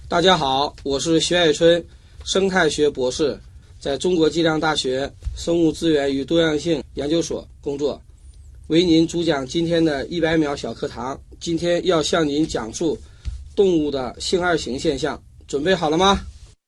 大家好，我是徐爱春，生态学博士，在中国计量大学生物资源与多样性研究所工作，为您主讲今天的100秒小课堂。今天要向您讲述动物的性二型现象，准备好了吗？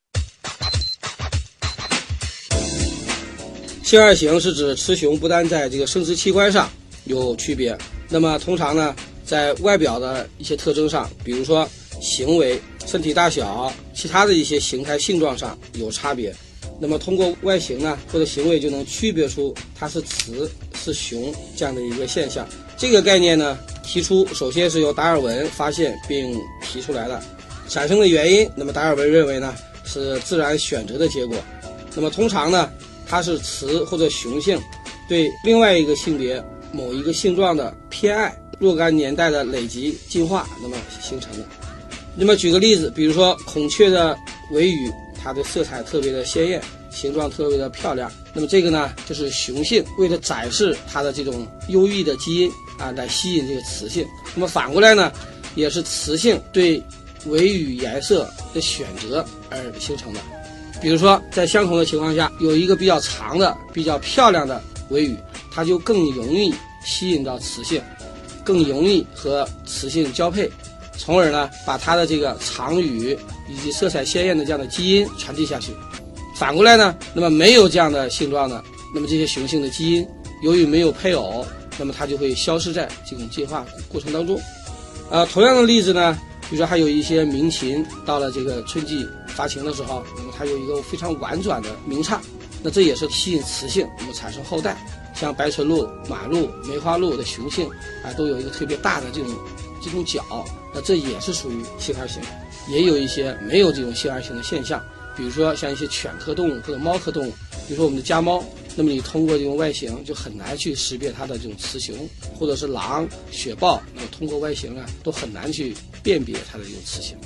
性二型是指雌雄不但在这个生殖器官上有区别，那么通常呢，在外表的一些特征上，比如说行为、身体大小、其他的一些形态性状上有差别。那么通过外形呢或者行为就能区别出它是雌是雄这样的一个现象。这个概念呢提出首先是由达尔文发现并提出来的，产生的原因，那么达尔文认为呢是自然选择的结果。那么通常呢它是雌或者雄性对另外一个性别某一个性状的偏爱，若干年代的累积进化那么形成的。那么举个例子，比如说孔雀的尾羽，它的色彩特别的鲜艳，形状特别的漂亮，那么这个呢就是雄性为了展示它的这种优异的基因来吸引这个雌性。那么反过来呢也是雌性对尾羽颜色的选择而形成的。比如说在相同的情况下，有一个比较长的比较漂亮的尾羽，它就更容易吸引到雌性，更容易和雌性交配，从而呢把它的这个长羽以及色彩鲜艳的这样的基因传递下去。反过来呢，那么没有这样的性状呢，那么这些雄性的基因由于没有配偶，那么它就会消失在这种进化过程当中。同样的例子呢，比如说还有一些鸣禽到了这个春季发情的时候，那么它有一个非常婉转的鸣唱，那这也是吸引雌性，那么产生后代。像白唇鹿、马鹿、梅花鹿的雄性都有一个特别大的这种角，那这也是属于性二型。也有一些没有这种性二型的现象，比如说像一些犬科动物或者猫科动物，比如说我们的家猫，那么你通过这种外形就很难去识别它的这种雌雄，或者是狼、雪豹，那么通过外形都很难去辨别它的这种雌雄。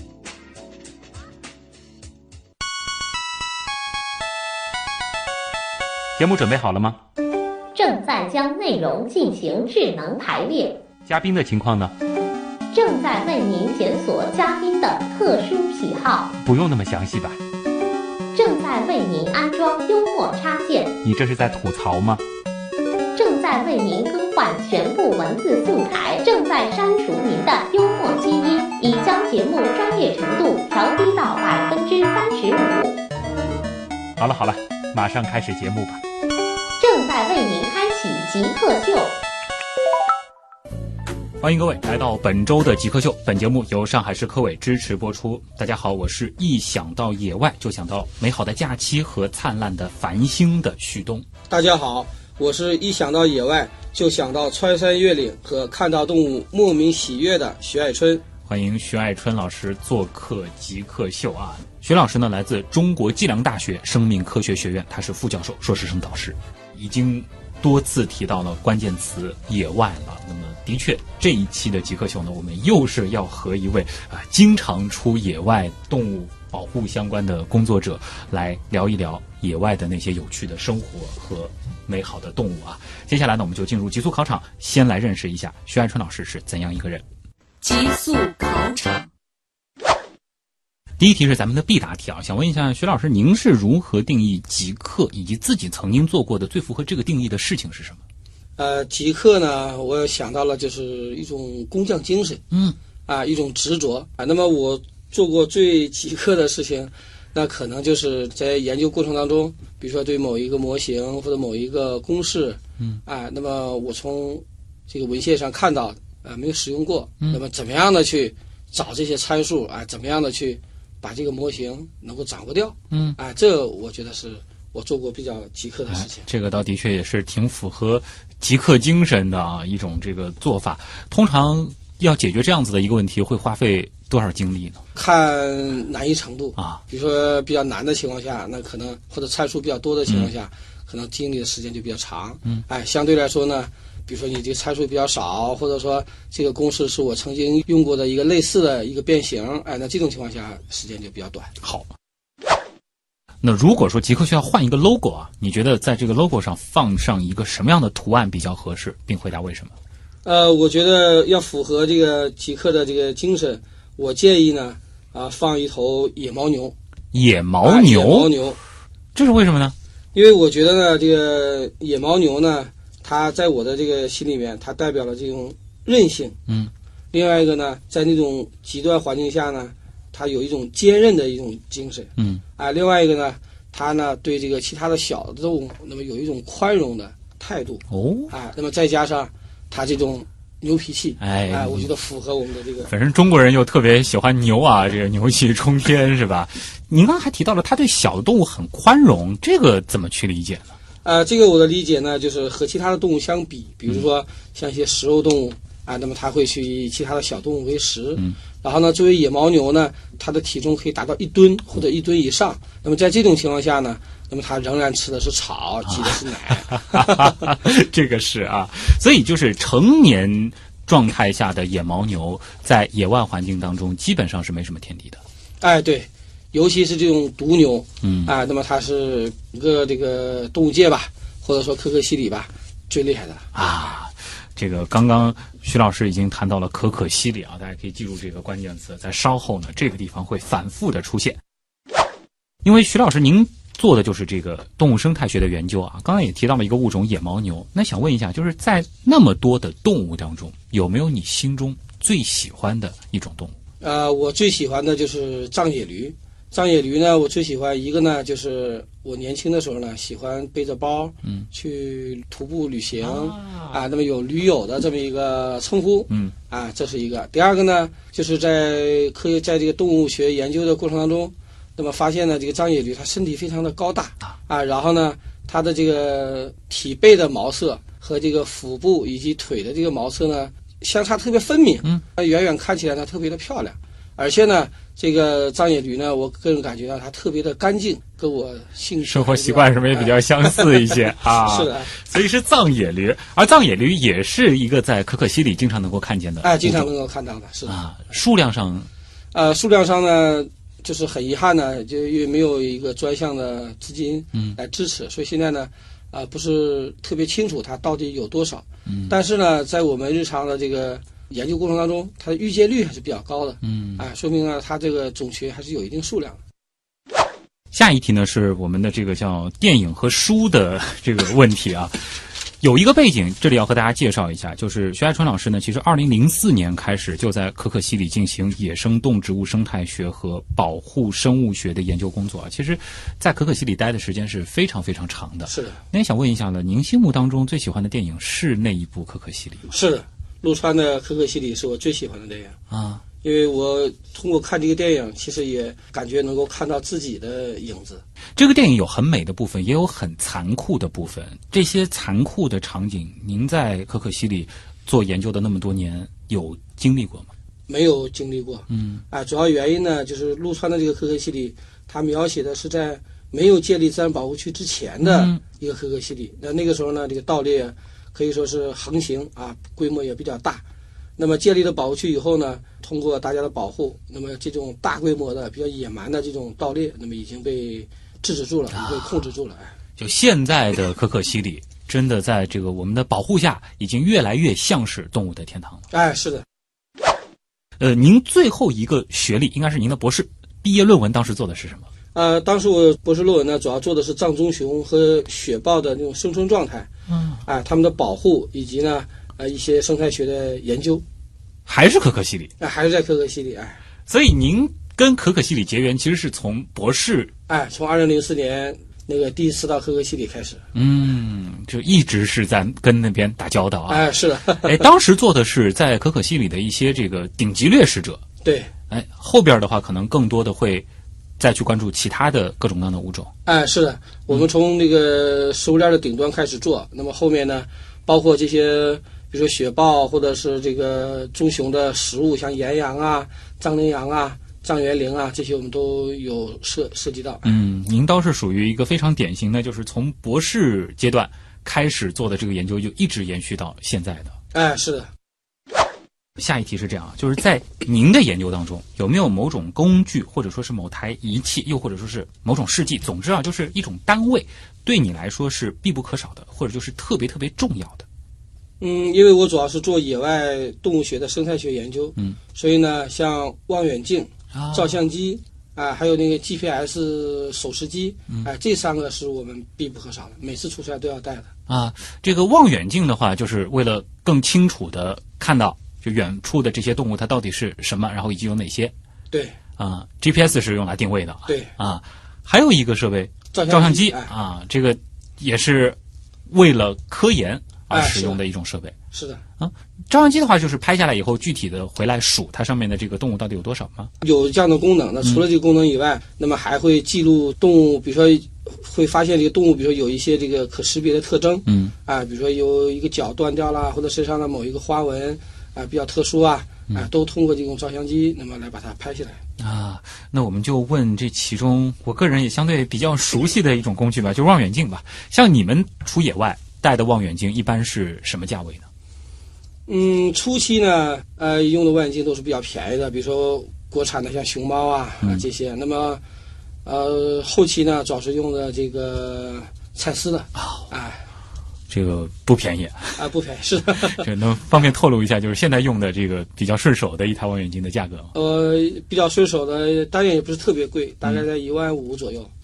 节目准备好了吗？ 正在将内容进行智能排列。 嘉宾的情况呢？ 正在为您检索嘉宾的特殊喜好。 不用那么详细吧？ 正在为您安装幽默插件。 你这是在吐槽吗？ 正在为您更换全部文字素材。正在删除您的幽默基因，已将节目专业程度调低到35%。 好了，马上开始节目吧。 正在为您开启极客秀。 欢迎各位来到本周的极客秀，本节目由上海市科委支持播出。大家好，我是一想到野外就想到美好的假期和灿烂的繁星的旭东。 大家好，我是一想到野外就想到穿山越岭和看到动物莫名喜悦的徐爱春。 欢迎徐爱春老师做客极客秀啊！徐老师呢来自中国计量大学生命科学学院，他是副教授、硕士生导师，已经多次提到了关键词野外了。那么的确这一期的极客秀呢，我们又是要和一位经常出野外动物保护相关的工作者来聊一聊野外的那些有趣的生活和美好的动物啊。接下来呢，我们就进入极速考场，先来认识一下徐爱春老师是怎样一个人。 极速考场， 第一题是咱们的必答题啊，想问一下徐老师，您是如何定义极客，以及自己曾经做过的最符合这个定义的事情是什么？ 极客呢，我想到了就是一种工匠精神，一种执着那么我做过最极客的事情，那可能就是在研究过程当中，比如说对某一个模型或者某一个公式，那么我从这个文献上看到没有使用过，那么怎么样的去找这些参数怎么样的去把这个模型能够掌握掉，这我觉得是我做过比较极客的事情。 这个倒的确也是挺符合极客精神的一种这个做法。通常要解决这样子的一个问题，会花费多少精力呢？ 看难易程度比如说比较难的情况下，那可能或者参数比较多的情况下，可能经历的时间就比较长。相对来说呢，比如说你这个参数比较少，或者说这个公式是我曾经用过的一个类似的一个变形，那这种情况下时间就比较短。 好，那如果说极客需要换一个 logo 啊，你觉得在这个 logo 上放上一个什么样的图案比较合适，并回答为什么？ 我觉得要符合这个极客的这个精神，我建议呢， 放一头野牦牛。 野牦牛， 野牦牛， 这是为什么呢？ 因为我觉得呢，这个野牦牛呢，它在我的这个心里面，它代表了这种韧性。另外一个呢，在那种极端环境下呢，它有一种坚韧的一种精神。另外一个呢，它呢对这个其他的小的动物，那么有一种宽容的态度。那么再加上它这种牛脾气，我觉得符合我们的这个。 反正中国人又特别喜欢牛啊，这个牛气冲天是吧？您刚才还提到了他对小的动物很宽容，这个怎么去理解呢？ 这个我的理解呢，就是和其他的动物相比，比如说像一些食肉动物那么它会去以其他的小动物为食。然后呢，作为野牦牛呢，它的体重可以达到1吨或者1吨以上。那么在这种情况下呢，那么它仍然吃的是草，挤的是奶。 这个是啊，所以就是成年状态下的野牦牛，在野外环境当中基本上是没什么天敌的。 对，尤其是这种毒牛，那么它是一个这个动物界吧，或者说可可西里吧，最厉害的啊。这个刚刚徐老师已经谈到了可可西里啊，大家可以记住这个关键词，在稍后呢这个地方会反复的出现。因为徐老师您做的就是这个动物生态学的研究啊，刚刚也提到了一个物种野牦牛，那想问一下，就是在那么多的动物当中，有没有你心中最喜欢的一种动物？ 我最喜欢的就是藏野驴。藏野驴呢，我最喜欢一个呢，就是我年轻的时候呢，喜欢背着包，去徒步旅行，那么有驴友的这么一个称呼，这是一个。第二个呢，就是在这个动物学研究的过程当中，那么发现呢，这个藏野驴它身体非常的高大然后呢，它的这个体背的毛色和这个腹部以及腿的这个毛色呢，相差特别分明，远远看起来呢特别的漂亮。而且呢，这个藏野驴呢，我个人感觉到它特别的干净，跟我生活习惯什么也比较相似一些是的， 所以是藏野驴。而藏野驴也是一个在可可西里经常能够看见的， 经常能够看到的，是的数量上， 数量上呢，就是很遗憾呢，就因为没有一个专项的资金来支持，所以现在呢，不是特别清楚它到底有多少。但是呢，在我们日常的这个研究过程当中，它的预见率还是比较高的，说明呢它这个种群还是有一定数量的。 下一题呢是我们的这个叫电影和书的这个问题啊。有一个背景，这里要和大家介绍一下，就是徐爱春老师呢，其实2004年开始就在可可西里进行野生动植物生态学和保护生物学的研究工作。其实，在可可西里待的时间是非常非常长的。 是的。 那也想问一下呢，您心目当中最喜欢的电影是那一部可可西里吗？ 是的。陆川的可可西里是我最喜欢的电影因为我通过看这个电影，其实也感觉能够看到自己的影子。 这个电影有很美的部分，也有很残酷的部分。这些残酷的场景，您在可可西里做研究的那么多年，有经历过吗？ 没有经历过。主要原因呢，就是陆川的这个可可西里，它描写的是在没有建立自然保护区之前的一个可可西里。那个时候呢，这个盗猎可以说是横行规模也比较大。那么建立了保护区以后呢，通过大家的保护，那么这种大规模的比较野蛮的这种盗猎，那么已经被制止住了，被控制住了。 就现在的可可西里，真的在这个我们的保护下，已经越来越像是动物的天堂了。 是的。 您最后一个学历应该是您的博士毕业论文，当时做的是什么？ 当时我博士论文呢，主要做的是藏棕熊和雪豹的那种生存状态，它们的保护以及呢一些生态学的研究。 还是可可西里？ 还是在可可西里。 所以您跟可可西里结缘，其实是从博士从2004年那个第一次到可可西里开始。 就一直是在跟那边打交道是的。 当时做的是在可可西里的一些这个顶级掠食者。 对。 后边的话可能更多的会再去关注其他的各种各样的物种。 是的，我们从这个食物链的顶端开始做，那么后面呢，包括这些比如说雪豹或者是这个棕熊的食物，像岩羊藏羚羊藏原羚这些我们都有涉及到。 您倒是属于一个非常典型的，就是从博士阶段开始做的这个研究，就一直延续到现在的。 是的。 下一题是这样，就是在您的研究当中，有没有某种工具，或者说是某台仪器，又或者说是某种试剂，总之就是一种单位，对你来说是必不可少的，或者就是特别特别重要的？ 因为我主要是做野外动物学的生态学研究，所以呢，像望远镜照相机还有那个 GPS 手持机，这3个是我们必不可少的，每次出差都要带的。 这个望远镜的话，就是为了更清楚的看到就远处的这些动物它到底是什么，然后以及有哪些。 对 GPS 是用来定位的。 对还有一个设备照相机这个也是为了科研而使用的一种设备。 是的照相机的话，就是拍下来以后，具体的回来数它上面的这个动物到底有多少吗？ 有这样的功能。那除了这个功能以外，那么还会记录动物，比如说会发现这个动物，比如说有一些这个可识别的特征，比如说有一个脚断掉了，或者身上的某一个花纹比较特殊都通过这种照相机，那么来把它拍下来。 那我们就问这其中，我个人也相对比较熟悉的一种工具吧，就望远镜吧。像你们出野外带的望远镜，一般是什么价位呢？ 初期呢，用的望远镜都是比较便宜的，比如说国产的像熊猫这些。那么，后期呢，主要是用的这个蔡司的这个不便宜不便宜，是的。 这能方便透露一下，就是现在用的这个比较顺手的一台望远镜的价格吗？ 比较顺手的，当然也不是特别贵，大概在15000左右。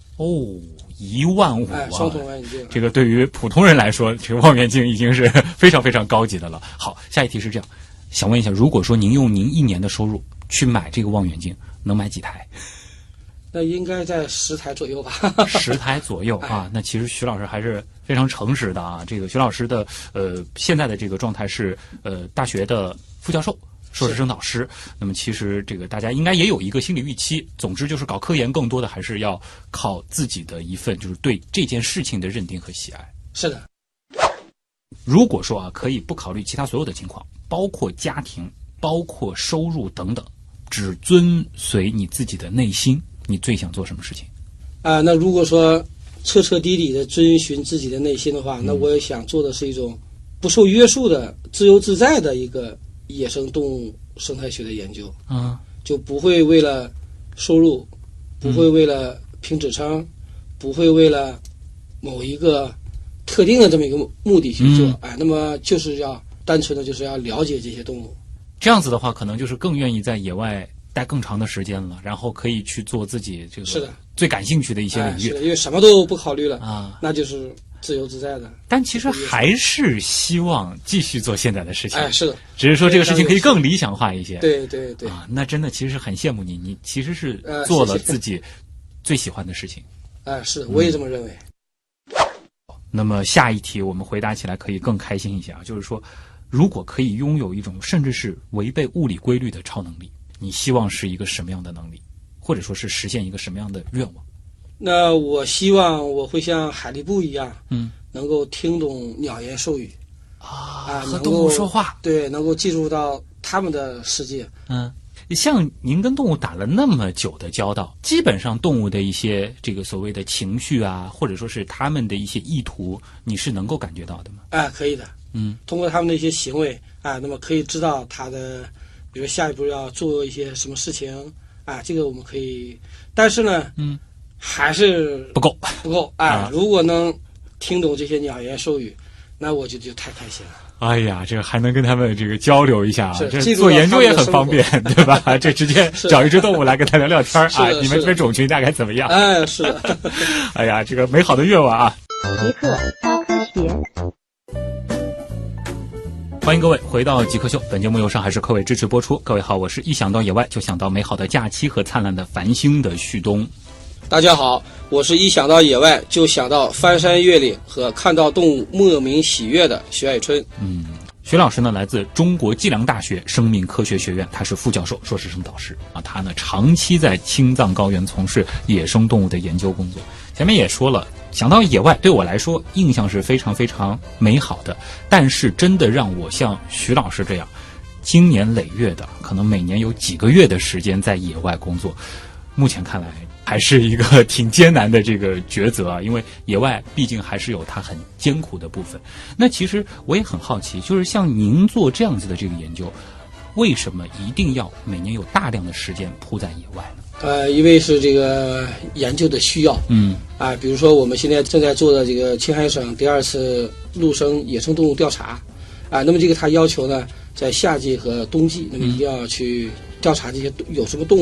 15000 双筒望远镜。 这个对于普通人来说，这个望远镜已经是非常非常高级的了。好，下一题是这样，想问一下，如果说您用您1年的收入去买这个望远镜，能买几台？ 那应该在10台左右吧。 10台左右那其实徐老师还是非常诚实的这个徐老师的现在的这个状态是大学的副教授。硕士生导师，那么其实这个大家应该也有一个心理预期。总之就是搞科研，更多的还是要靠自己的一份就是对这件事情的认定和喜爱。 是的。 如果说可以不考虑其他所有的情况，包括家庭、包括收入等等，只遵随你自己的内心，你最想做什么事情？ 那如果说彻彻底底的遵循自己的内心的话，那我也想做的是一种不受约束的、自由自在的一个野生动物生态学的研究。就不会为了收入，不会为了评职称，不会为了某一个特定的这么一个目的去做。那么就是要单纯的就是要了解这些动物。 这样子的话，可能就是更愿意在野外待更长的时间了，然后可以去做自己这个最感兴趣的一些领域。 是的，因为什么都不考虑了那就是自由自在的。 但其实还是希望继续做现在的事情。 是的， 只是说这个事情可以更理想化一些。 对那真的其实很羡慕你，你其实是做了自己最喜欢的事情。 是的，我也这么认为。 那么下一题我们回答起来可以更开心一些就是说，如果可以拥有一种甚至是违背物理规律的超能力，你希望是一个什么样的能力，或者说是实现一个什么样的愿望？ 那我希望我会像海力布一样，能够听懂鸟言兽语和动物说话。 对，能够进入到他们的世界。 像您跟动物打了那么久的交道，基本上动物的一些这个所谓的情绪或者说是他们的一些意图，你是能够感觉到的吗？ 可以的。通过他们的一些行为那么可以知道他的，比如下一步要做一些什么事情这个我们可以。但是呢，还是不够如果能听懂这些鸟言兽语，那我就太开心了。 哎呀，这个还能跟他们这个交流一下这做研究也很方便，对吧？这直接找一只动物来跟他聊聊天你们这边种群大概怎么样？ 是的。 哎呀，这个美好的愿望极客高科学。 欢迎各位回到极客秀，本节目由上海市科委支持播出。各位好，我是一想到野外就想到美好的假期和灿烂的繁星的旭东。 大家好，我是一想到野外就想到翻山越岭和看到动物莫名喜悦的徐爱春。 徐老师呢来自中国计量大学生命科学学院，他是副教授、硕士生导师他呢长期在青藏高原从事野生动物的研究工作。前面也说了，想到野外对我来说印象是非常非常美好的，但是真的让我像徐老师这样经年累月的，可能每年有几个月的时间在野外工作，目前看来还是一个挺艰难的这个抉择因为野外毕竟还是有它很艰苦的部分。那其实我也很好奇，就是像您做这样子的这个研究，为什么一定要每年有大量的时间扑在野外呢？ 因为是这个研究的需要。比如说我们现在正在做的这个青海省第2次陆生野生动物调查那么这个它要求呢，在夏季和冬季，那么一定要去调查这些有什么动物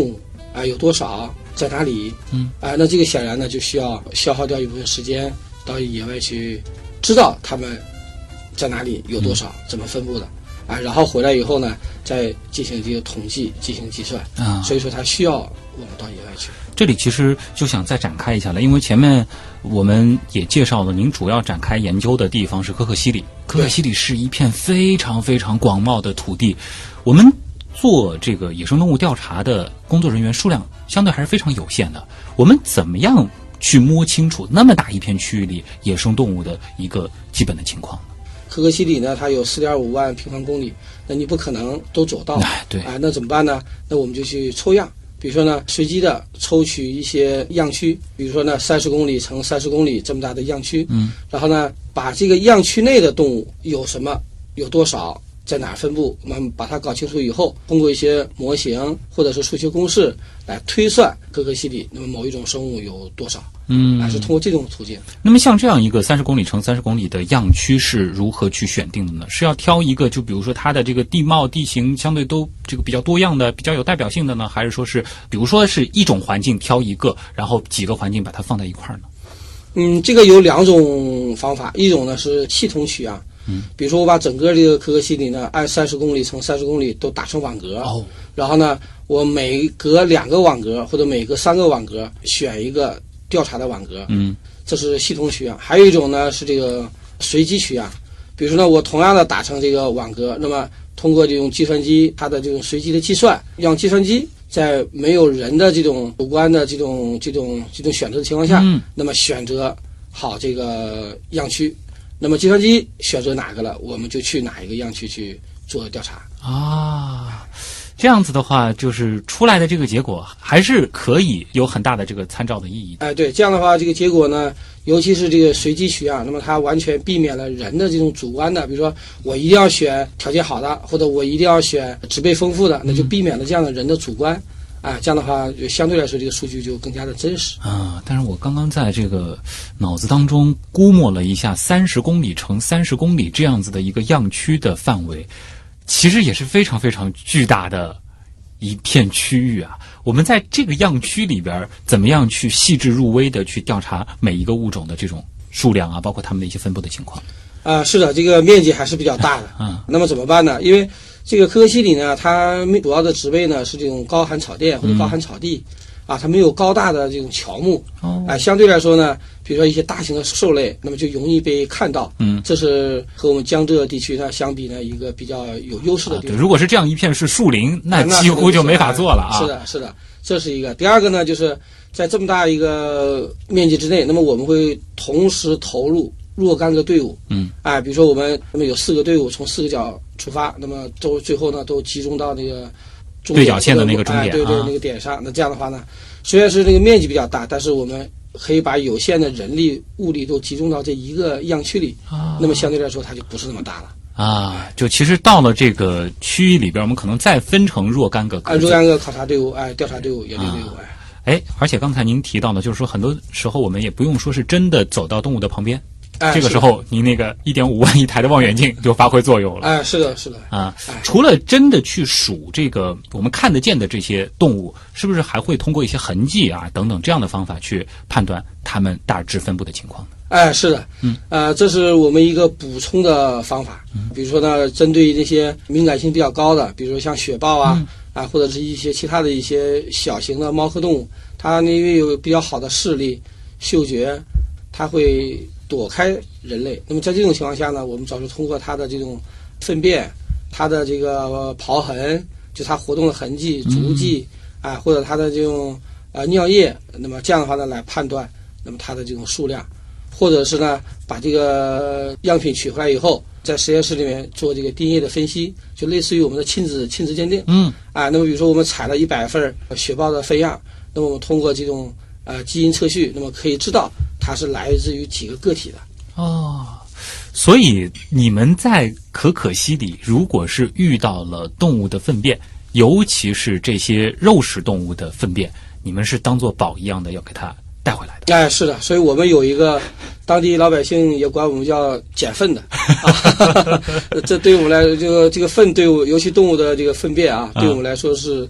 有多少，在哪里，那这个显然呢就需要消耗掉一部分时间到野外去知道它们在哪里有多少，怎么分布的然后回来以后呢再进行这个统计，进行计算所以说它需要我们到野外去。 这里其实就想再展开一下了，因为前面我们也介绍了，您主要展开研究的地方是可可西里。可可西里是一片非常非常广袤的土地，我们做这个野生动物调查的工作人员数量相对还是非常有限的。我们怎么样去摸清楚那么大一片区域里野生动物的一个基本的情况呢？ 可可西里呢，它有4.5万平方公里，那你不可能都走到， 对那怎么办呢？那我们就去抽样。比如说呢，随机的抽取一些样区，比如说呢30公里乘30公里这么大的样区，然后呢把这个样区内的动物有什么，有多少，在哪儿分布，我们把它搞清楚以后，通过一些模型或者是数学公式来推算可可西里那么某一种生物有多少，是通过这种途径。 那么像这样一个30公里乘30公里的样区是如何去选定的呢？是要挑一个就比如说它的这个地貌地形相对都这个比较多样的，比较有代表性的呢，还是说是比如说是一种环境挑一个，然后几个环境把它放在一块儿呢？ 这个有2种方法，一种呢是系统取样，比如说我把整个这个可可西里呢按30公里乘30公里都打成网格，然后呢我每隔2个网格或者每隔3个网格选一个调查的网格，这是系统取样。还有一种呢是这个随机取样，比如说呢我同样的打成这个网格，那么通过这种计算机它的这种随机的计算，让计算机在没有人的这种主观的这种选择的情况下，那么选择好这个样区，那么计算机选择哪个了，我们就去哪一个样区去做调查这样子的话，就是出来的这个结果还是可以有很大的这个参照的意义。 对，这样的话，这个结果呢，尤其是这个随机取样，那么它完全避免了人的这种主观的，比如说我一定要选条件好的，或者我一定要选植被丰富的，那就避免了这样的人的主观。这样的话，相对来说，这个数据就更加的真实但是我刚刚在这个脑子当中估摸了一下，30公里乘30公里这样子的一个样区的范围，其实也是非常非常巨大的一片区域啊。我们在这个样区里边，怎么样去细致入微的去调查每一个物种的这种数量啊，包括它们的一些分布的情况？ 是的，这个面积还是比较大的。那么怎么办呢？因为这个可可西里呢，它主要的植被呢是这种高寒草甸或者高寒草地，它没有高大的这种乔木，相对来说呢，比如说一些大型的兽类，那么就容易被看到。这是和我们江浙地区呢相比呢一个比较有优势的地方。 对，如果是这样一片是树林，那几乎就没法做了啊。 是的，这是一个。第二个呢，就是在这么大一个面积之内，那么我们会同时投入若干个队伍，比如说我们那么有4个队伍从4个角出发，那么最后呢都集中到那个对角线的那个终点， 那个点上。那这样的话呢，虽然是这个面积比较大，但是我们可以把有限的人力物力都集中到这一个样区里，那么相对来说它就不是那么大了。 就其实到了这个区域里边，我们可能再分成若干个考察队伍，调查队伍、研究队伍。 而且刚才您提到的，就是说很多时候我们也不用说是真的走到动物的旁边。这个时候，您那个1.5万一台的望远镜就发挥作用了。 是的。 除了真的去数这个我们看得见的这些动物，是不是还会通过一些痕迹等等这样的方法去判断它们大致分布的情况呢？ 是的。这是我们一个补充的方法。比如说呢，针对那些敏感性比较高的，比如说像雪豹或者是一些其他的一些小型的猫科动物，它因为有比较好的视力、嗅觉，它会躲开人类。那么在这种情况下呢，我们主要是通过它的这种粪便、它的这个刨痕，就它活动的痕迹、足迹或者它的这种尿液，那么这样的话呢来判断那么它的这种数量，或者是呢把这个样品取回来以后，在实验室里面做这个 DNA 的分析，就类似于我们的亲子鉴定。那么比如说我们采了100份雪豹的粪样，那么我们通过这种基因测序，那么可以知道它是来自于几个个体的。 所以你们在可可西里，如果是遇到了动物的粪便，尤其是这些肉食动物的粪便，你们是当作宝一样的要给它带回来的。 是的，所以我们有一个当地老百姓也管我们叫捡粪的这对我们来这个粪对我，尤其动物的这个粪便对我们来说是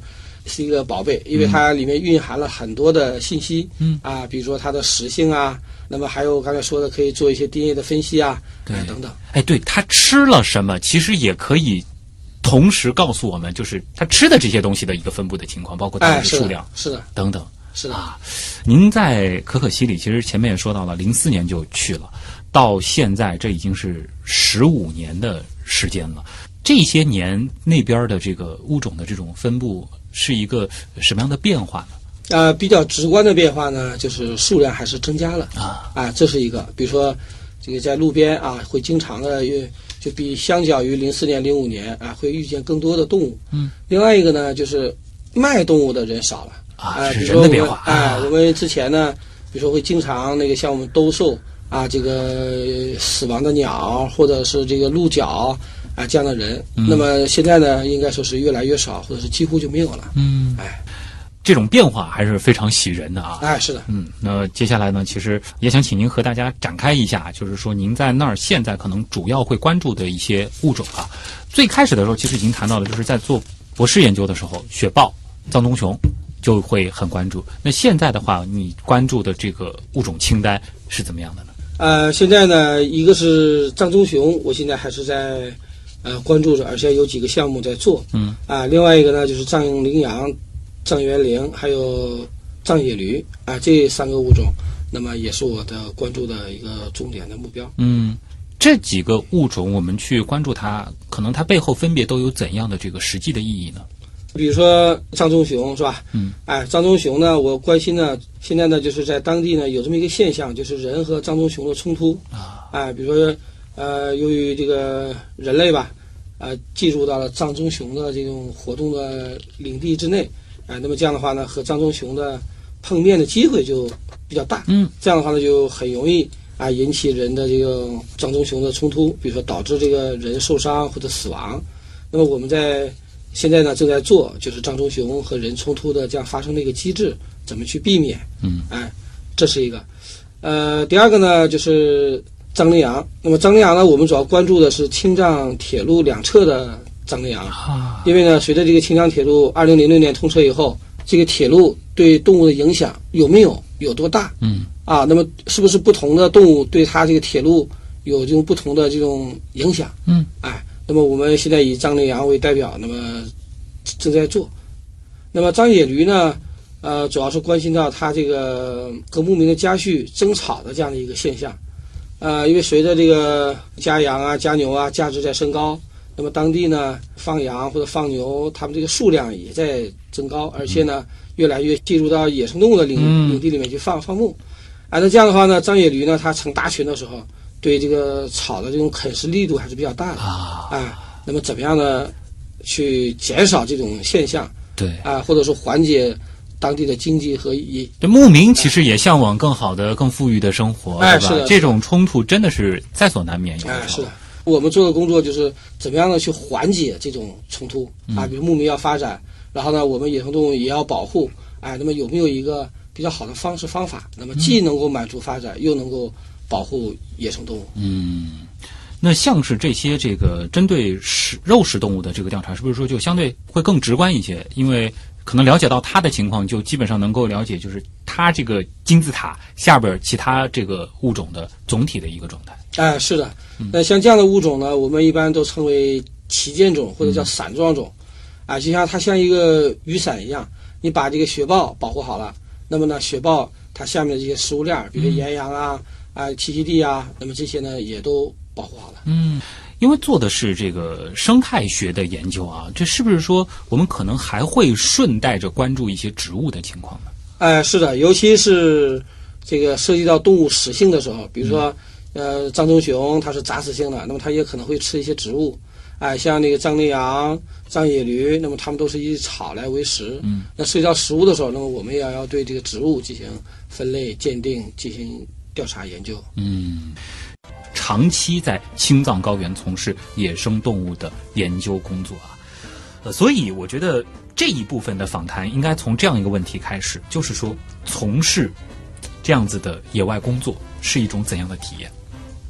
是一个宝贝，因为它里面蕴含了很多的信息，比如说它的食性啊，那么还有刚才说的可以做一些 DNA 的分析啊，等等。 对，它吃了什么，其实也可以同时告诉我们，就是它吃的这些东西的一个分布的情况，包括它们的数量， 是的， 等等。 是的您在可可西里，其实前面也说到了，04年就去了，到现在这已经是15年的时间了。这些年那边的这个物种的这种分布是一个什么样的变化呢？ 比较直观的变化呢，就是数量还是增加了这是一个。比如说这个在路边会经常的就比相较于04年、05年会遇见更多的动物。另外一个呢，就是卖动物的人少了。 是人的变化我们之前呢，比如说会经常那个像我们兜售这个死亡的鸟或者是这个鹿角这样的人，那么现在呢，应该说是越来越少，或者是几乎就没有了。 这种变化还是非常喜人的啊！ 是的， 那接下来呢，其实也想请您和大家展开一下，就是说您在那儿现在可能主要会关注的一些物种啊。最开始的时候，其实已经谈到了，就是在做博士研究的时候，雪豹、藏棕熊就会很关注。那现在的话，你关注的这个物种清单是怎么样的呢？ 现在呢，一个是藏棕熊，我现在还是在关注着，而且有几个项目在做。另外一个呢，就是藏羚羊、藏原羚还有藏野驴这3个物种，那么也是我的关注的一个重点的目标。 这几个物种我们去关注它，可能它背后分别都有怎样的这个实际的意义呢？ 比如说藏棕熊是吧？藏棕熊呢，我关心呢，现在呢就是在当地呢有这么一个现象，就是人和藏棕熊的冲突比如说由于这个人类吧进入到了藏棕熊的这种活动的领地之内，那么这样的话呢，和藏棕熊的碰面的机会就比较大。这样的话呢，就很容易引起人的这个藏棕熊的冲突，比如说导致这个人受伤或者死亡。那么我们现在呢正在做，就是藏棕熊和人冲突的这样发生的一个机制，怎么去避免？这是一个。第二个呢就是藏羚羊。那么藏羚羊呢，我们主要关注的是青藏铁路两侧的藏羚羊，因为呢，随着这个青藏铁路2006年通车以后，这个铁路对动物的影响有多大？那么是不是不同的动物对它这个铁路有这种不同的这种影响？那么我们现在以藏羚羊为代表，那么正在做。那么藏野驴呢，主要是关心到它这个和牧民的家畜争吵的这样的一个现象。因为随着这个家羊家牛价值在升高，那么当地呢放羊或者放牛，它们这个数量也在增高，而且呢越来越进入到野生动物的领地里面去放牧。那这样的话呢，藏野驴呢，它成大群的时候，对这个草的这种啃食力度还是比较大的那么怎么样呢？去减少这种现象， 对或者说缓解当地的经济和这牧民其实也向往更好的、更富裕的生活，对吧？ 是的， 这种冲突真的是在所难免。 是的，我们做的工作就是怎么样的去缓解这种冲突比如牧民要发展，然后呢，我们野生动物也要保护，那么有没有一个比较好的方法？那么既能够满足发展，又能够保护野生动物。 那像是这些这个针对肉食动物的这个调查，是不是说就相对会更直观一些？因为可能了解到它的情况，就基本上能够了解，就是它这个金字塔下边其他这个物种的总体的一个状态。 是的。那像这样的物种呢，我们一般都称为旗舰种或者叫伞状种。就像它像一个雨伞一样，你把这个雪豹保护好了，那么呢，雪豹它下面的这些食物链，比如岩羊栖息地那么这些呢也都保护好了。 因为做的是这个生态学的研究这是不是说我们可能还会顺带着关注一些植物的情况呢？ 是的，尤其是这个涉及到动物食性的时候，比如说藏棕熊它是杂食性的，那么它也可能会吃一些植物。像那个藏羚羊、藏野驴，那么它们都是以草来为食。那涉及到食物的时候，那么我们也要对这个植物进行分类鉴定，进行调查研究。 长期在青藏高原从事野生动物的研究工作所以我觉得这一部分的访谈应该从这样一个问题开始，就是说从事这样子的野外工作是一种怎样的体验？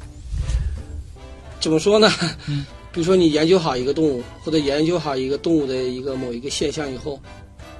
怎么说呢？比如说你研究好一个动物，或者研究好一个动物的某一个现象以后，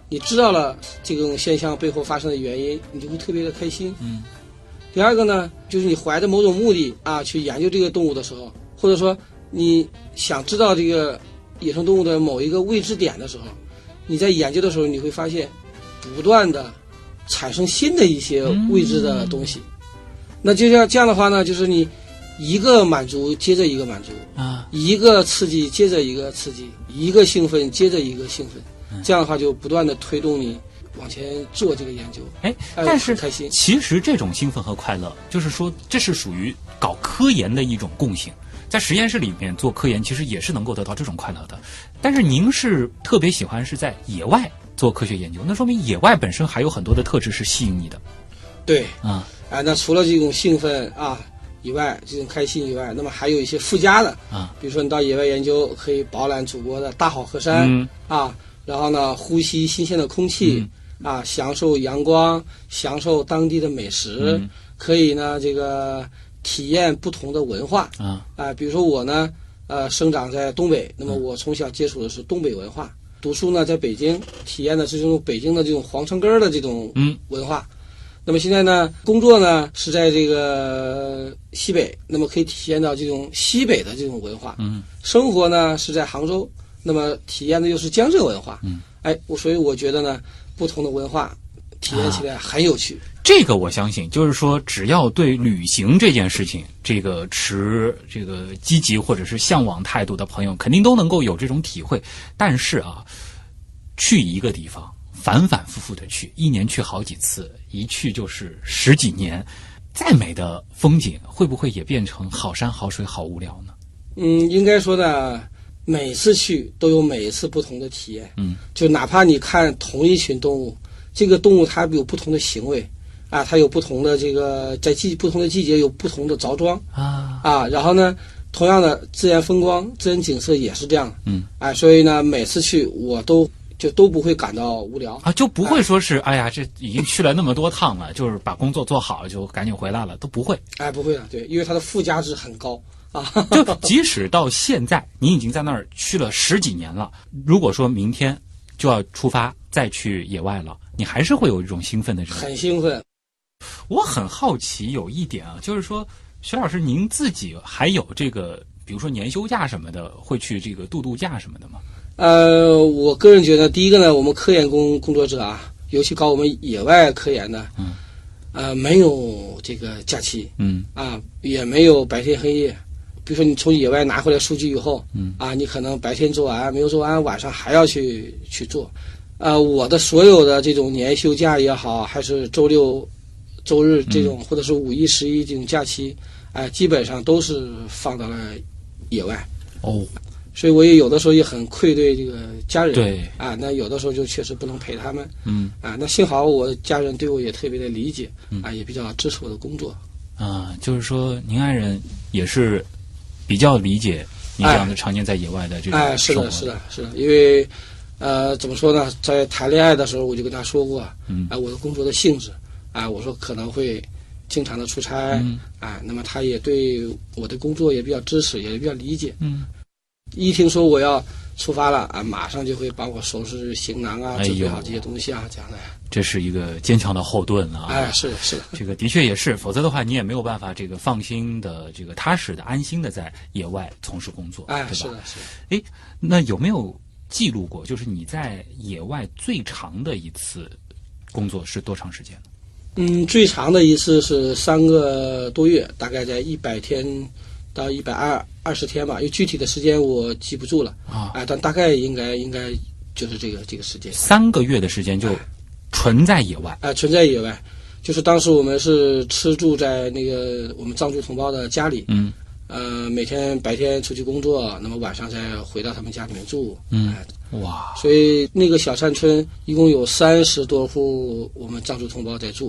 你知道了这种现象背后发生的原因，你就会特别的开心。第二个呢，就是你怀着某种目的啊去研究这个动物的时候，或者说你想知道这个野生动物的某一个未知点的时候，你在研究的时候，你会发现不断的产生新的一些未知的东西。那就像这样的话呢，就是你一个满足接着一个满足啊，一个刺激接着一个刺激，一个兴奋接着一个兴奋，这样的话就不断的推动你往前做这个研究。 但是开心。 其实这种兴奋和快乐，就是说这是属于搞科研的一种共性。在实验室里面做科研，其实也是能够得到这种快乐的。但是您是特别喜欢是在野外做科学研究，那说明野外本身还有很多的特质是吸引你的。 对那除了这种兴奋啊以外，这种开心以外，那么还有一些附加的比如说你到野外研究可以饱览祖国的大好河山然后呢呼吸新鲜的空气享受阳光，享受当地的美食可以呢这个体验不同的文化比如说我呢生长在东北，那么我从小接触的是东北文化，读书呢在北京，体验的是这种北京的这种皇城根的这种文化那么现在呢工作呢是在这个西北，那么可以体验到这种西北的这种文化生活呢是在杭州，那么体验的又是江浙文化所以我觉得呢不同的文化体验起来很有趣这个我相信，就是说只要对旅行这件事情这个持这个积极或者是向往态度的朋友肯定都能够有这种体会。但是去一个地方反反复复的去，一年去好几次，一去就是10几年，再美的风景会不会也变成好山好水好无聊呢？ 应该说呢每次去都有每一次不同的体验就哪怕你看同一群动物，这个动物它有不同的行为它有不同的这个在不同的季节有不同的着装然后呢同样的自然风光自然景色也是这样所以呢每次去我都不会感到无聊就不会说是这已经去了那么多趟了就是把工作做好就赶紧回来了，都不会不会的。对，因为它的附加值很高就即使到现在你已经在那儿去了10几年了，如果说明天就要出发再去野外了，你还是会有一种兴奋的这种。 很兴奋。 我很好奇有一点就是说徐老师您自己还有这个比如说年休假什么的，会去这个度假什么的吗？ 我个人觉得第一个呢，我们科研工作者尤其搞我们野外科研的没有这个假期也没有白天黑夜。比如说你从野外拿回来数据以后你可能白天做完没有做完，晚上还要去做我的所有的这种年休假也好，还是周六周日这种或者是5·1、11这种假期基本上都是放到了野外所以我也有的时候也很愧对这个家人。 对那有的时候就确实不能陪他们那幸好我家人对我也特别的理解也比较支持我的工作就是说您爱人也是比较理解你这样的常年在野外的这种生活是的因为怎么说呢，在谈恋爱的时候我就跟他说过我的工作的性质我说可能会经常的出差那么他也对我的工作也比较支持，也比较理解一听说我要出发了马上就会帮我收拾行囊准备好这些东西这样的。 这是一个坚强的后盾是的这个的确也是，否则的话你也没有办法这个放心的这个踏实的安心的在野外从事工作对吧？ 是的那有没有记录过就是你在野外最长的一次工作是多长时间呢？ 最长的一次是3个多月，大概在100天到120天吧，因为具体的时间我记不住了但大概应该就是这个时间。 3个月的时间就纯在野外纯在野外，就是当时我们是吃住在那个我们藏族同胞的家里每天白天出去工作，那么晚上再回到他们家里面住哇！ 所以那个小山村一共有30多户我们藏族同胞在住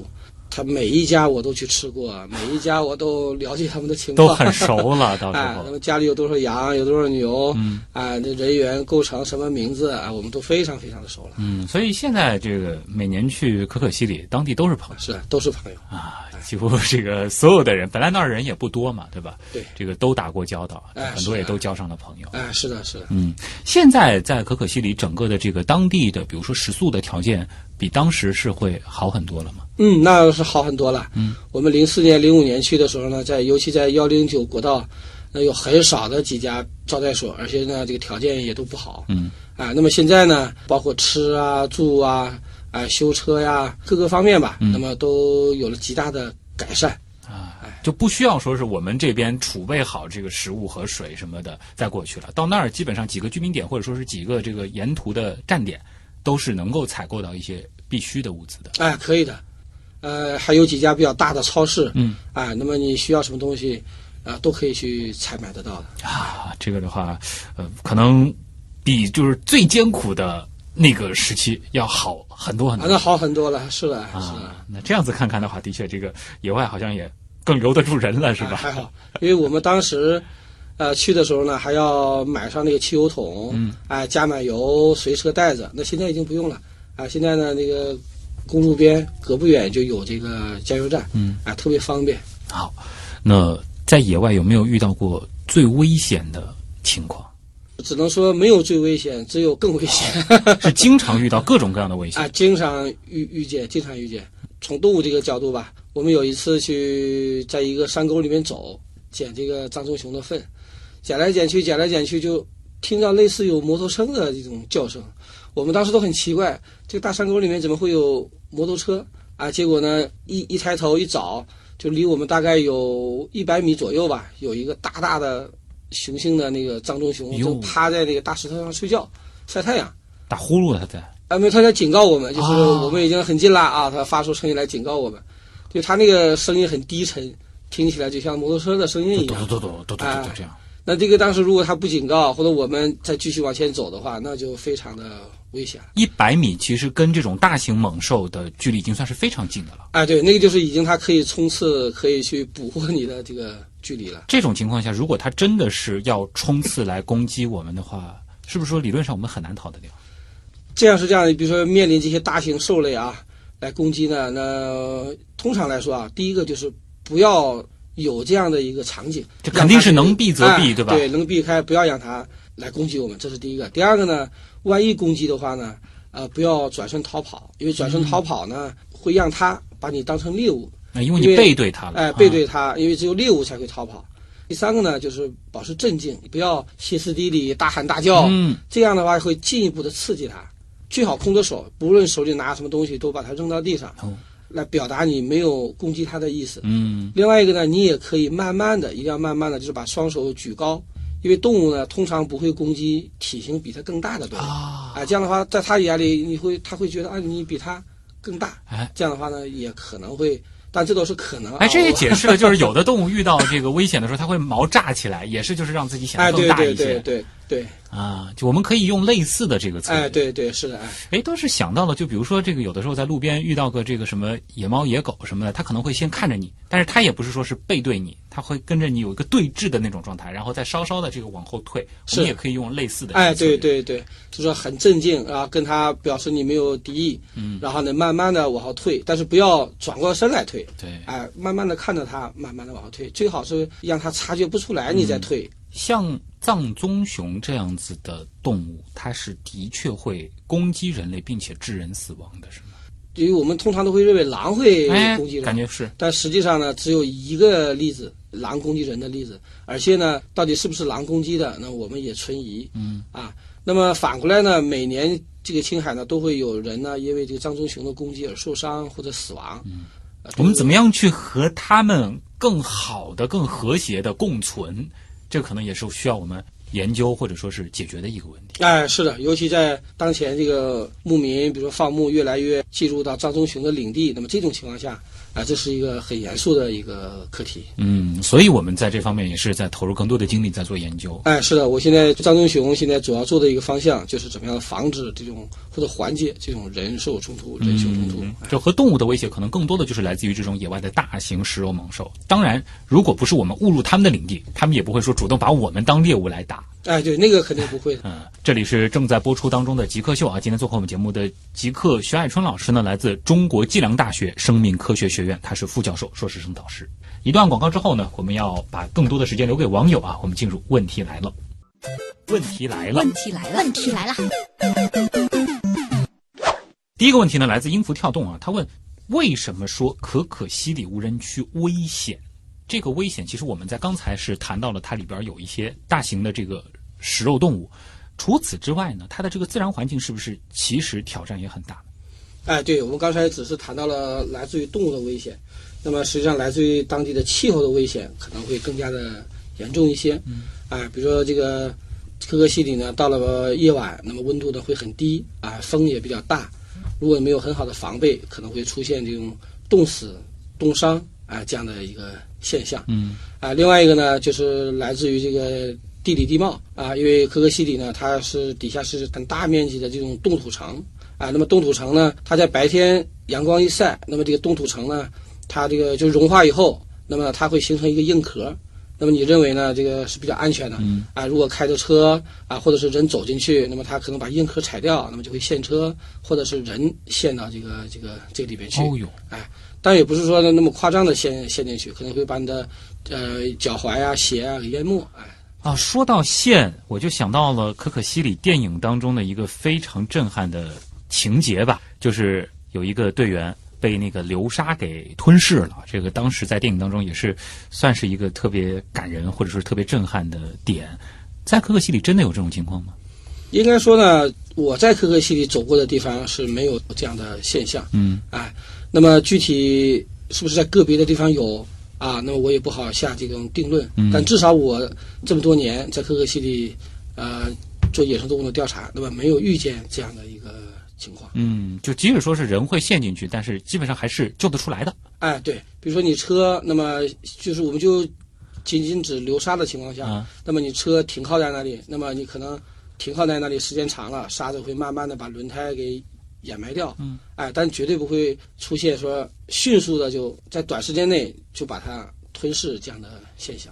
他每一家我都去吃过，每一家我都了解他们的情况， 都很熟了，到时哎， 候那么家里有多少羊，有多少牛，这人员构成什么名字啊，我们都非常非常的熟了。 所以现在这个每年去可可西里，当地都是朋友， 是都是朋友啊，几乎这个所有的人，本来那儿人也不多嘛，对吧？ 对， 这个都打过交道，很多也都交上了朋友。 哎，是的，是的。 现在在可可西里整个的这个当地的，比如说食宿的条件，比当时是会好很多了吗？ 那是好很多了。我们04年、05年去的时候呢，尤其在109国道，有很少的几家招待所，而且呢，这个条件也都不好。那么现在呢，包括吃啊、住啊、修车呀，各个方面吧，那么都有了极大的改善。 就不需要说是我们这边储备好这个食物和水什么的再过去了，到那儿基本上几个居民点或者说是几个这个沿途的站点，都是能够采购到一些必须的物资的。 可以的。还有几家比较大的超市。那么你需要什么东西，都可以去采买得到的。 这个的话，可能比就是最艰苦的那个时期要好很多很多。 那好很多了，是的，是的。 那这样子看看的话，的确这个野外好像也更留得住人了，是吧？ 还好，因为我们当时去的时候呢，还要买上那个汽油桶，加满油，随车带着。那现在已经不用了。现在呢，那个公路边隔不远就有这个加油站，特别方便。 好，那在野外有没有遇到过最危险的情况？ 只能说没有最危险，只有更危险。 是经常遇到各种各样的危险经常遇见。从动物这个角度吧，我们有一次去在一个山沟里面走，捡这个藏棕熊的粪，捡来捡去，就听到类似有摩托车的这种叫声。我们当时都很奇怪，这个大山沟里面怎么会有摩托车结果呢，一抬头一找，就离我们大概有100米左右吧，有一个大大的雄性的那个藏棕熊，正趴在那个大石头上睡觉晒太阳， 打呼噜他在。 没有，他在警告我们，就是我们已经很近了他发出声音来警告我们，就他那个声音很低沉，听起来就像摩托车的声音一样， 嘟这样。 那这个当时如果他不警告，或者我们再继续往前走的话，那就非常的危险。 100米其实跟这种大型猛兽的距离已经算是非常近的了。 对，那个就是已经它可以冲刺，可以去捕获你的这个距离了。 这种情况下，如果它真的是要冲刺来攻击我们的话，是不是说理论上我们很难逃得掉？ 这样是这样的，比如说面临这些大型兽类来攻击呢，那通常来说第一个就是不要有这样的一个场景， 这肯定是能避则避，对吧？ 对，能避开，不要让它来攻击我们，这是第一个。第二个呢，万一攻击的话呢，不要转身逃跑，因为转身逃跑呢，会让它把你当成猎物， 因为你背对它了。 背对它，因为只有猎物才会逃跑。第三个呢，就是保持镇静，不要歇斯底里、大喊大叫，这样的话会进一步的刺激它。最好空着手，不论手里拿什么东西，都把它扔到地上。来表达你没有攻击它的意思。另外一个呢，你也可以慢慢的，一定要慢慢的，就是把双手举高，因为动物呢通常不会攻击体型比它更大的动物这样的话，在它眼里他会觉得你比它更大，这样的话呢也可能会，但这都是可能。 这也解释了，就是有的动物遇到这个危险的时候，它会毛炸起来，也是就是让自己显得更大一些。 对就我们可以用类似的这个词。 对，是的。 都是想到了，就比如说这个有的时候在路边遇到个这个什么野猫野狗什么的，它可能会先看着你，但是它也不是说是背对你，它会跟着你有一个对峙的那种状态，然后再稍稍的这个往后退。我们也可以用类似的。 对，就说很镇静跟它表示你没有敌意，然后呢慢慢的往后退，但是不要转过身来退。 对， 慢慢的看着它，慢慢的往后退，最好是让它察觉不出来你再退。 像藏棕熊这样子的动物，它是的确会攻击人类并且致人死亡的，是吗？ 因为我们通常都会认为狼会攻击人， 感觉是， 但实际上呢，只有一个例子，狼攻击人的例子，而且呢，到底是不是狼攻击的，那我们也存疑。那么反过来呢，每年这个青海呢，都会有人呢，因为这个藏棕熊的攻击而受伤或者死亡。 我们怎么样去和他们更好的、更和谐的共存？这可能也是需要我们研究或者说是解决的一个问题。 是的，尤其在当前这个牧民，比如说放牧越来越进入到藏棕熊的领地，那么这种情况下， 这是一个很严肃的一个课题。 所以我们在这方面也是在投入更多的精力在做研究。 是的，我现在张忠雄现在主要做的一个方向就是怎么样防止这种或者缓解这种人兽冲突、人兽冲突。 就和动物的威胁可能更多的就是来自于这种野外的大型食肉猛兽。当然，如果不是我们误入他们的领地，他们也不会说主动把我们当猎物来打。 对，那个肯定不会的。 这里是正在播出当中的极客秀啊，今天做客我们节目的极客徐爱春老师呢，来自中国计量大学生命科学学院，他是副教授、硕士生导师。一段广告之后呢，我们要把更多的时间留给网友啊，我们进入问题来了。问题来了， 问题来了，问题来了。 第一个问题呢，来自音符跳动啊，他问为什么说可可西里无人区危险？这个危险其实我们在刚才是谈到了它里边有一些大型的这个食肉动物，除此之外呢，它的这个自然环境是不是其实挑战也很大？ 对，我们刚才只是谈到了来自于动物的危险，那么实际上来自于当地的气候的危险可能会更加的严重一些。比如说这个可可西里呢，到了夜晚，那么温度呢会很低风也比较大，如果没有很好的防备，可能会出现这种冻死、冻伤这样的一个现象。另外一个呢，就是来自于这个地理地貌因为可可西里呢，它是底下是很大面积的这种冻土层那么冻土层呢，它在白天阳光一晒，那么这个冻土层呢，它这个就融化以后，那么它会形成一个硬壳。那么你认为呢？这个是比较安全的如果开着车或者是人走进去，那么它可能把硬壳踩掉，那么就会陷车，或者是人陷到这个里边去。但也不是说那么夸张的陷进去，可能会把你的脚踝鞋给淹没。 说到陷，我就想到了可可西里电影当中的一个非常震撼的情节吧，就是有一个队员被那个流沙给吞噬了，这个当时在电影当中也是算是一个特别感人或者说特别震撼的点。在可可西里真的有这种情况吗？ 应该说呢，我在可可西里走过的地方是没有这样的现象。那么具体是不是在个别的地方有那么我也不好下这种定论。但至少我这么多年在可可西里做野生动物的调查，那么没有遇见这样的一个情况。 就即使说是人会陷进去，但是基本上还是救得出来的。 对，比如说你车，那么就是我们就仅仅指流沙的情况下，那么你车停靠在那里，那么你可能停靠在那里时间长了，沙子会慢慢的把轮胎给掩埋掉。但绝对不会出现说迅速的就在短时间内就把它吞噬这样的现象。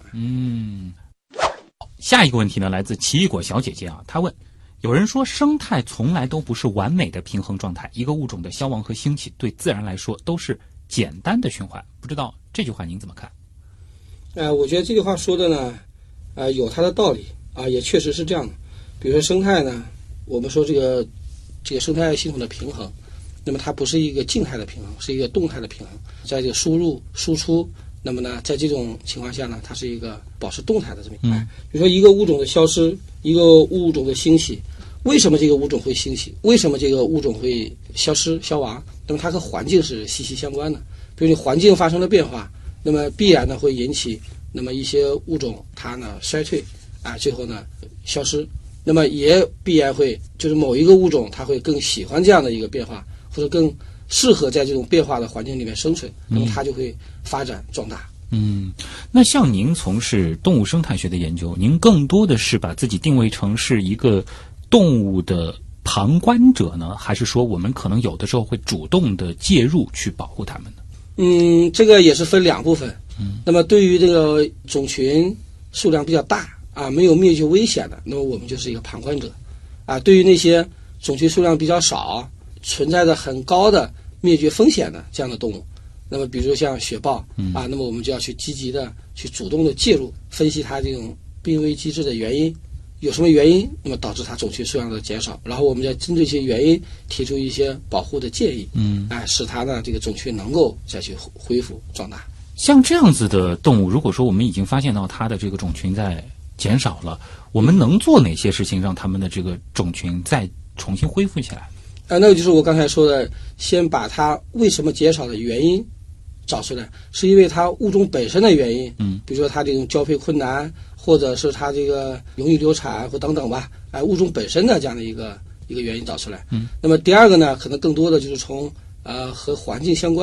下一个问题呢，来自奇异果小姐姐她问，有人说生态从来都不是完美的平衡状态，一个物种的消亡和兴起对自然来说都是简单的循环，不知道这句话您怎么看？ 我觉得这句话说的呢有它的道理也确实是这样的。比如说生态呢，我们说这个生态系统的平衡，那么它不是一个静态的平衡，是一个动态的平衡，在这个输入输出，那么呢在这种情况下呢，它是一个保持动态的这么一个比如说一个物种的消失，一个物种的兴起，为什么这个物种会兴起，为什么这个物种会消失消亡，那么它和环境是息息相关的。比如你环境发生了变化，那么必然呢会引起那么一些物种它呢衰退最后呢消失，那么也必然会就是某一个物种它会更喜欢这样的一个变化，或者更适合在这种变化的环境里面生存，那么它就会发展壮大。 那像您从事动物生态学的研究，您更多的是把自己定位成是一个动物的旁观者呢，还是说我们可能有的时候会主动的介入去保护它们呢？ 这个也是分两部分。那么对于这个种群数量比较大没有灭绝危险的，那么我们就是一个旁观者对于那些种群数量比较少，存在着很高的灭绝风险的这样的动物，那么比如像雪豹那么我们就要去积极的去主动的介入，分析它这种濒危机制的原因，有什么原因那么导致它种群数量的减少，然后我们再针对这些原因提出一些保护的建议使它呢这个种群能够再去恢复壮大。 像这样子的动物，如果说我们已经发现到它的这个种群在减少了，我们能做哪些事情让它们的这个种群再重新恢复起来？ 那个就是我刚才说的，先把它为什么减少的原因找出来，是因为它物种本身的原因，比如说它这种交配困难，或者是它这个容易流产或等等吧，物种本身的这样的一个原因找出来。那么第二个呢，可能更多的就是从和环境相关，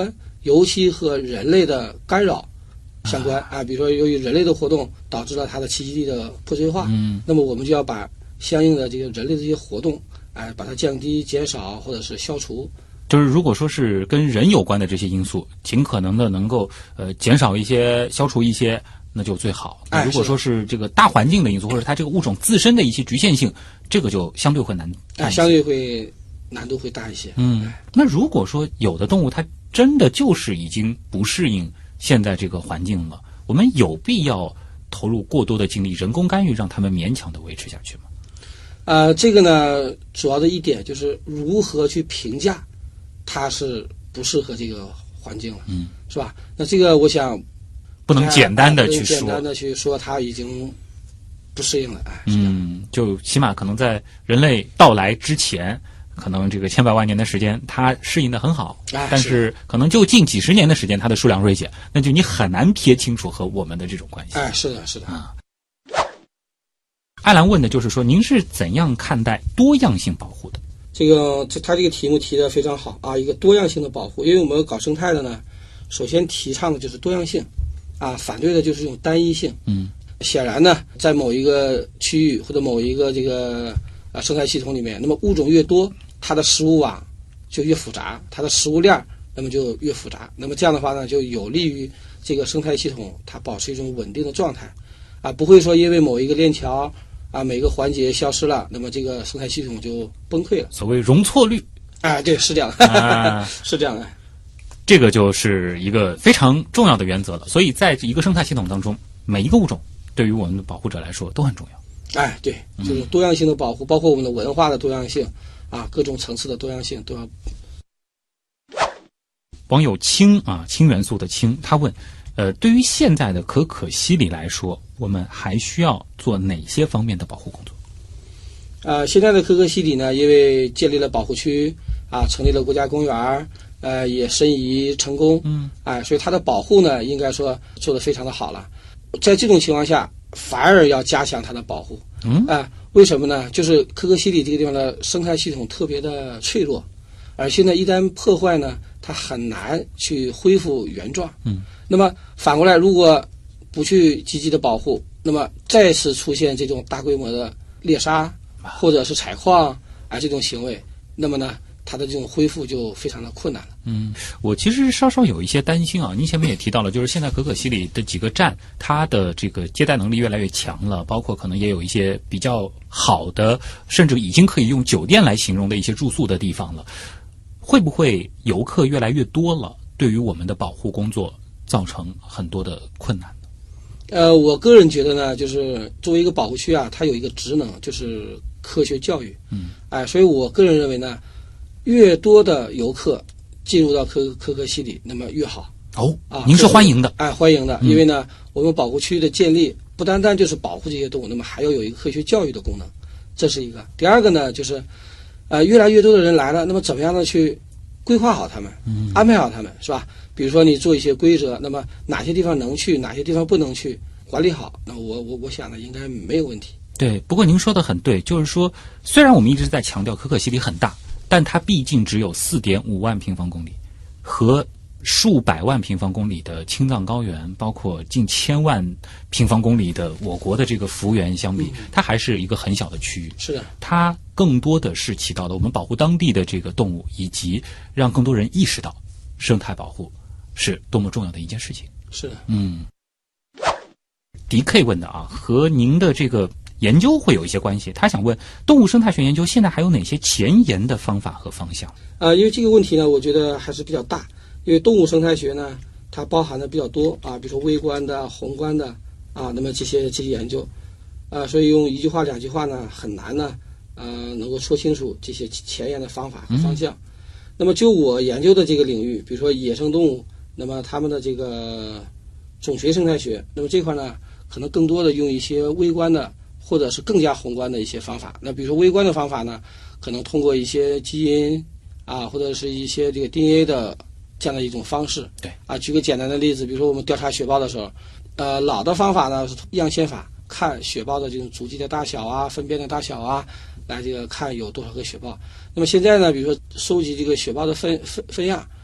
尤其和人类的干扰相关啊，比如说由于人类的活动导致了它的栖息地的破碎化，那么我们就要把相应的这个人类的这些活动，把它降低、减少或者是消除。 就是如果说是跟人有关的这些因素，尽可能的能够减少一些、消除一些，那就最好。如果说是这个大环境的因素，或者它这个物种自身的一些局限性，这个就相对会难大一些， 相对会难度会大一些。 那如果说有的动物它真的就是已经不适应现在这个环境了，我们有必要投入过多的精力人工干预，让它们勉强的维持下去吗？ 这个呢，主要的一点就是如何去评价它是不适合这个环境了，是吧？那这个我想不能简单的去说， 简单的去说它已经不适应了， 就起码可能在人类到来之前，可能这个千百万年的时间，它适应的很好，但是可能就近几十年的时间，它的数量锐减，那就你很难撇清楚和我们的这种关系。 是的，是的。 艾兰问的就是说，您是怎样看待多样性保护的？ 他这个题目提得非常好啊，一个多样性的保护，因为我们搞生态的呢，首先提倡的就是多样性，反对的就是这种单一性。显然呢，在某一个区域或者某一个这个生态系统里面，那么物种越多，它的食物网就越复杂，它的食物链那么就越复杂。那么这样的话呢，就有利于这个生态系统它保持一种稳定的状态，不会说因为某一个链条每个环节消失了，那么这个生态系统就崩溃了。 所谓容错率对，是这样的，是这样的。 这个就是一个非常重要的原则了。所以在一个生态系统当中，每一个物种对于我们的保护者来说都很重要。 对，就是多样性的保护，包括我们的文化的多样性各种层次的多样性都要。 网友氢氢元素的氢，他问对于现在的可可西里来说，我们还需要做哪些方面的保护工作？ 现在的可可西里呢，因为建立了保护区成立了国家公园，也申遗成功，所以它的保护呢，应该说做得非常的好了。在这种情况下，反而要加强它的保护。为什么呢？就是可可西里这个地方的生态系统特别的脆弱，而现在一旦破坏呢，它很难去恢复原状。那么反过来，如果不去积极的保护，那么再次出现这种大规模的猎杀或者是采矿这种行为，那么呢，它的这种恢复就非常的困难了。 我其实稍稍有一些担心您前面也提到了，就是现在可可西里的几个站，它的这个接待能力越来越强了，包括可能也有一些比较好的，甚至已经可以用酒店来形容的一些住宿的地方了。会不会游客越来越多了，对于我们的保护工作造成很多的困难呢？ 我个人觉得呢，就是作为一个保护区它有一个职能，就是科学教育。所以我个人认为呢，越多的游客进入到可可西里，那么越好。 您是欢迎的？ 欢迎的，因为呢，我们保护区的建立不单单就是保护这些动物，那么还要有一个科学教育的功能，这是一个。第二个呢，就是越来越多的人来了，那么怎么样的去规划好他们，安排好他们，是吧？比如说你做一些规则，那么哪些地方能去，哪些地方不能去，管理好，那我想呢，应该没有问题。 对，不过您说的很对，就是说，虽然我们一直在强调可可西里很大，但它毕竟只有4.5万平方公里，和数百万平方公里的青藏高原，包括近1000万平方公里的我国的这个幅员相比，它还是一个很小的区域。 是的， 它更多的是起到了我们保护当地的这个动物，以及让更多人意识到生态保护是多么重要的一件事情。 是的。 DK 问的和您的这个研究会有一些关系。他想问，动物生态学研究现在还有哪些前沿的方法和方向？ 因为这个问题呢，我觉得还是比较大。因为动物生态学呢，它包含的比较多比如说微观的、宏观的那么这些研究，所以用一句话、两句话呢，很难呢，能够说清楚这些前沿的方法和方向。那么就我研究的这个领域，比如说野生动物，那么它们的这个种学生态学，那么这块呢，可能更多的用一些微观的或者是更加宏观的一些方法。那比如说微观的方法呢，可能通过一些基因或者是一些这个 DNA 的这样的一种方式。 对举个简单的例子，比如说我们调查雪豹的时候，老的方法呢是样线法，看雪豹的这种足迹的大小粪便的大小来这个看有多少个雪豹。那么现在呢，比如说收集这个雪豹的粪样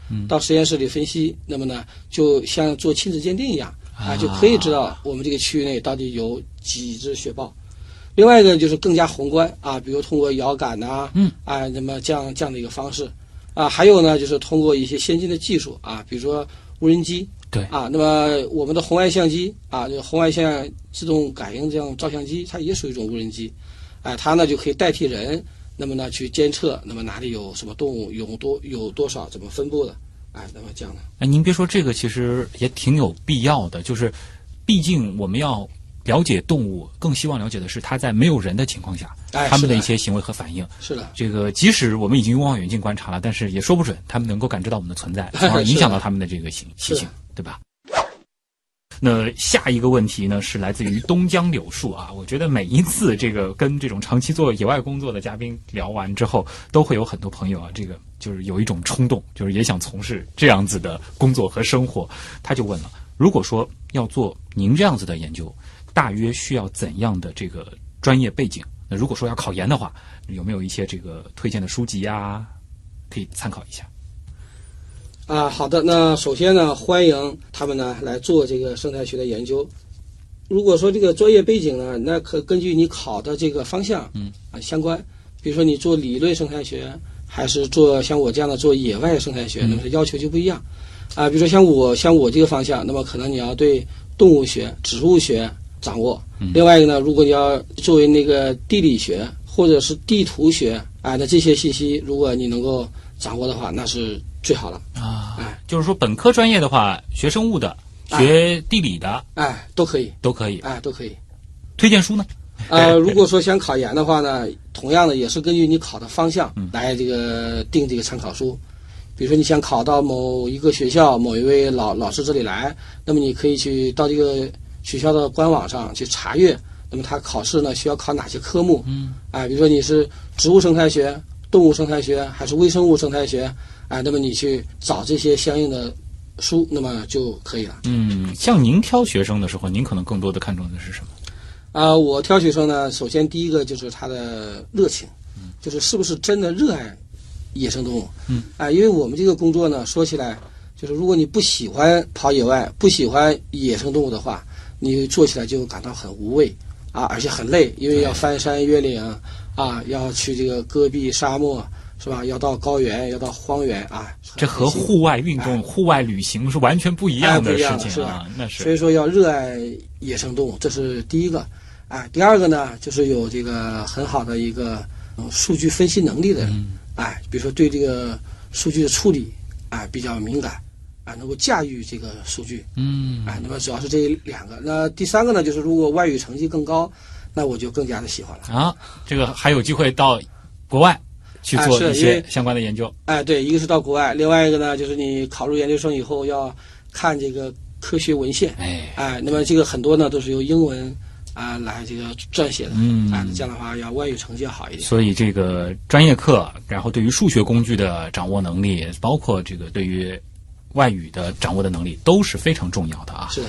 到实验室里分析，那么呢，就像做亲子鉴定一样就可以知道我们这个区域内到底有几只雪豹。另外一个就是更加宏观比如通过遥感那么这样的一个方式还有呢就是通过一些先进的技术比如说无人机。 对那么我们的红外相机这个红外线自动感应这样照相机，它也属于一种无人机它呢就可以代替人，那么呢去监测那么哪里有什么动物，有多少怎么分布的那么这样的。 您别说这个其实也挺有必要的，就是毕竟我们要了解动物，更希望了解的是它在没有人的情况下他们的一些行为和反应。 是的， 这个即使我们已经用望远镜观察了，但是也说不准他们能够感知到我们的存在，从而影响到他们的这个习性，对吧？那下一个问题呢，是来自于东江柳树我觉得每一次这个跟这种长期做野外工作的嘉宾聊完之后，都会有很多朋友这个就是有一种冲动，就是也想从事这样子的工作和生活。他就问了，如果说要做您这样子的研究，大约需要怎样的这个专业背景？那如果说要考研的话，有没有一些这个推荐的书籍可以参考一下？ 好的，那首先呢，欢迎他们呢来做这个生态学的研究。如果说这个专业背景呢，那可根据你考的这个方向相关。比如说你做理论生态学，还是做像我这样的做野外生态学，那么要求就不一样比如说像我这个方向，那么可能你要对动物学、植物学掌握。另外一个呢，如果你要作为那个地理学或者是地图学那这些信息如果你能够掌握的话，那是最好了就是说本科专业的话，学生物的、学地理的都可以都可以都可以。 推荐书呢？ 如果说想考研的话呢，同样的也是根据你考的方向来这个定这个参考书。比如说你想考到某一个学校某一位老师这里来，那么你可以去到这个学校的官网上去查阅，那么他考试呢需要考哪些科目比如说你是植物生态学、动物生态学还是微生物生态学那么你去找这些相应的书，那么就可以了。 像您挑学生的时候，您可能更多的看重的是什么？ 我挑学生呢，首先第一个就是他的热情，就是是不是真的热爱野生动物。因为我们这个工作呢，说起来就是如果你不喜欢跑野外，不喜欢野生动物的话，你做起来就感到很无味而且很累，因为要翻山越岭要去这个戈壁沙漠，是吧？要到高原，要到荒原这和户外运动、户外旅行是完全不一样的事情是那是。 所以说要热爱野生动物，这是第一个第二个呢，就是有这个很好的一个数据分析能力的人比如说对这个数据的处理比较敏感能够驾驭这个数据那么主要是这两个。那第三个呢，就是如果外语成绩更高，那我就更加的喜欢了这个还有机会到国外去做一些相关的研究对，一个是到国外，另外一个呢就是你考入研究生以后要看这个科学文献那么这个很多呢都是由英文来这个撰写的这样的话要外语成绩要好一点。 所以这个专业课，然后对于数学工具的掌握能力，包括这个对于外语的掌握的能力都是非常重要的是的。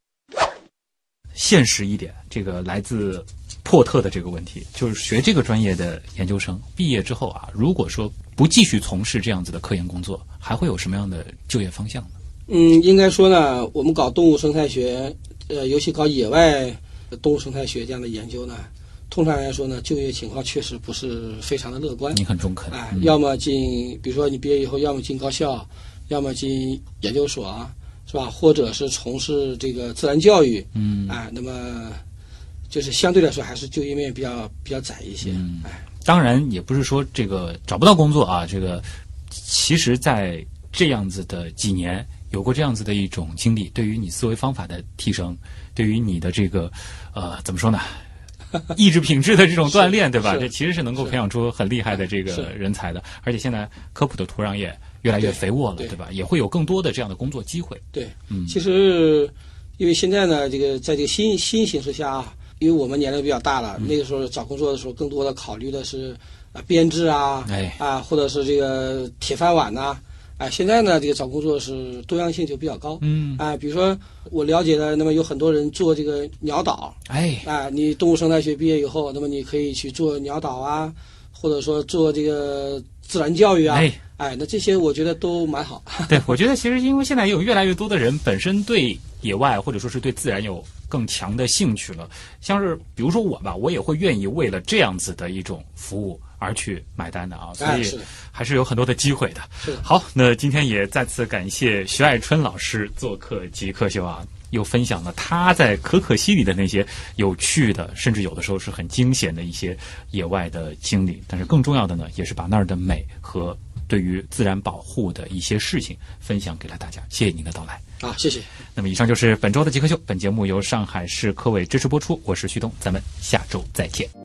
现实一点，这个来自珀特的这个问题，就是学这个专业的研究生毕业之后如果说不继续从事这样子的科研工作，还会有什么样的就业方向呢？ 应该说呢，我们搞动物生态学尤其搞野外动物生态学这样的研究呢，通常来说呢，就业情况确实不是非常的乐观。 你很中肯要么进，比如说你毕业以后，要么进高校，要么进研究所是吧？或者是从事这个自然教育那么就是相对来说还是就业面比较窄一些当然也不是说这个找不到工作这个其实在这样子的几年有过这样子的一种经历，对于你思维方法的提升，对于你的这个怎么说呢，意志品质的这种锻炼，对吧？这其实是能够培养出很厉害的这个人才的。而且现在科普的土壤也越来越肥沃了，对吧？也会有更多的这样的工作机会。 对，其实因为现在呢，这个在这个新形势下因为我们年龄比较大了，那个时候找工作的时候，更多的考虑的是编制或者是这个铁饭碗现在呢，这个找工作是多样性就比较高。比如说我了解的，那么有很多人做这个鸟岛。你动物生态学毕业以后，那么你可以去做鸟岛或者说做这个自然教育啊， 哎， 那这些我觉得都蛮好。 对，我觉得其实因为现在有越来越多的人本身对野外或者说是对自然有更强的兴趣了，像是比如说我吧，我也会愿意为了这样子的一种服务而去买单的啊，所以还是有很多的机会的。好，那今天也再次感谢徐爱春老师做客极客秀啊，又分享了他在可可西里的那些有趣的，甚至有的时候是很惊险的一些野外的经历。但是更重要的呢，也是把那儿的美和对于自然保护的一些事情分享给了大家。谢谢您的到来。 好，谢谢。 那么以上就是本周的极客秀，本节目由上海市科委支持播出，我是徐东，咱们下周再见。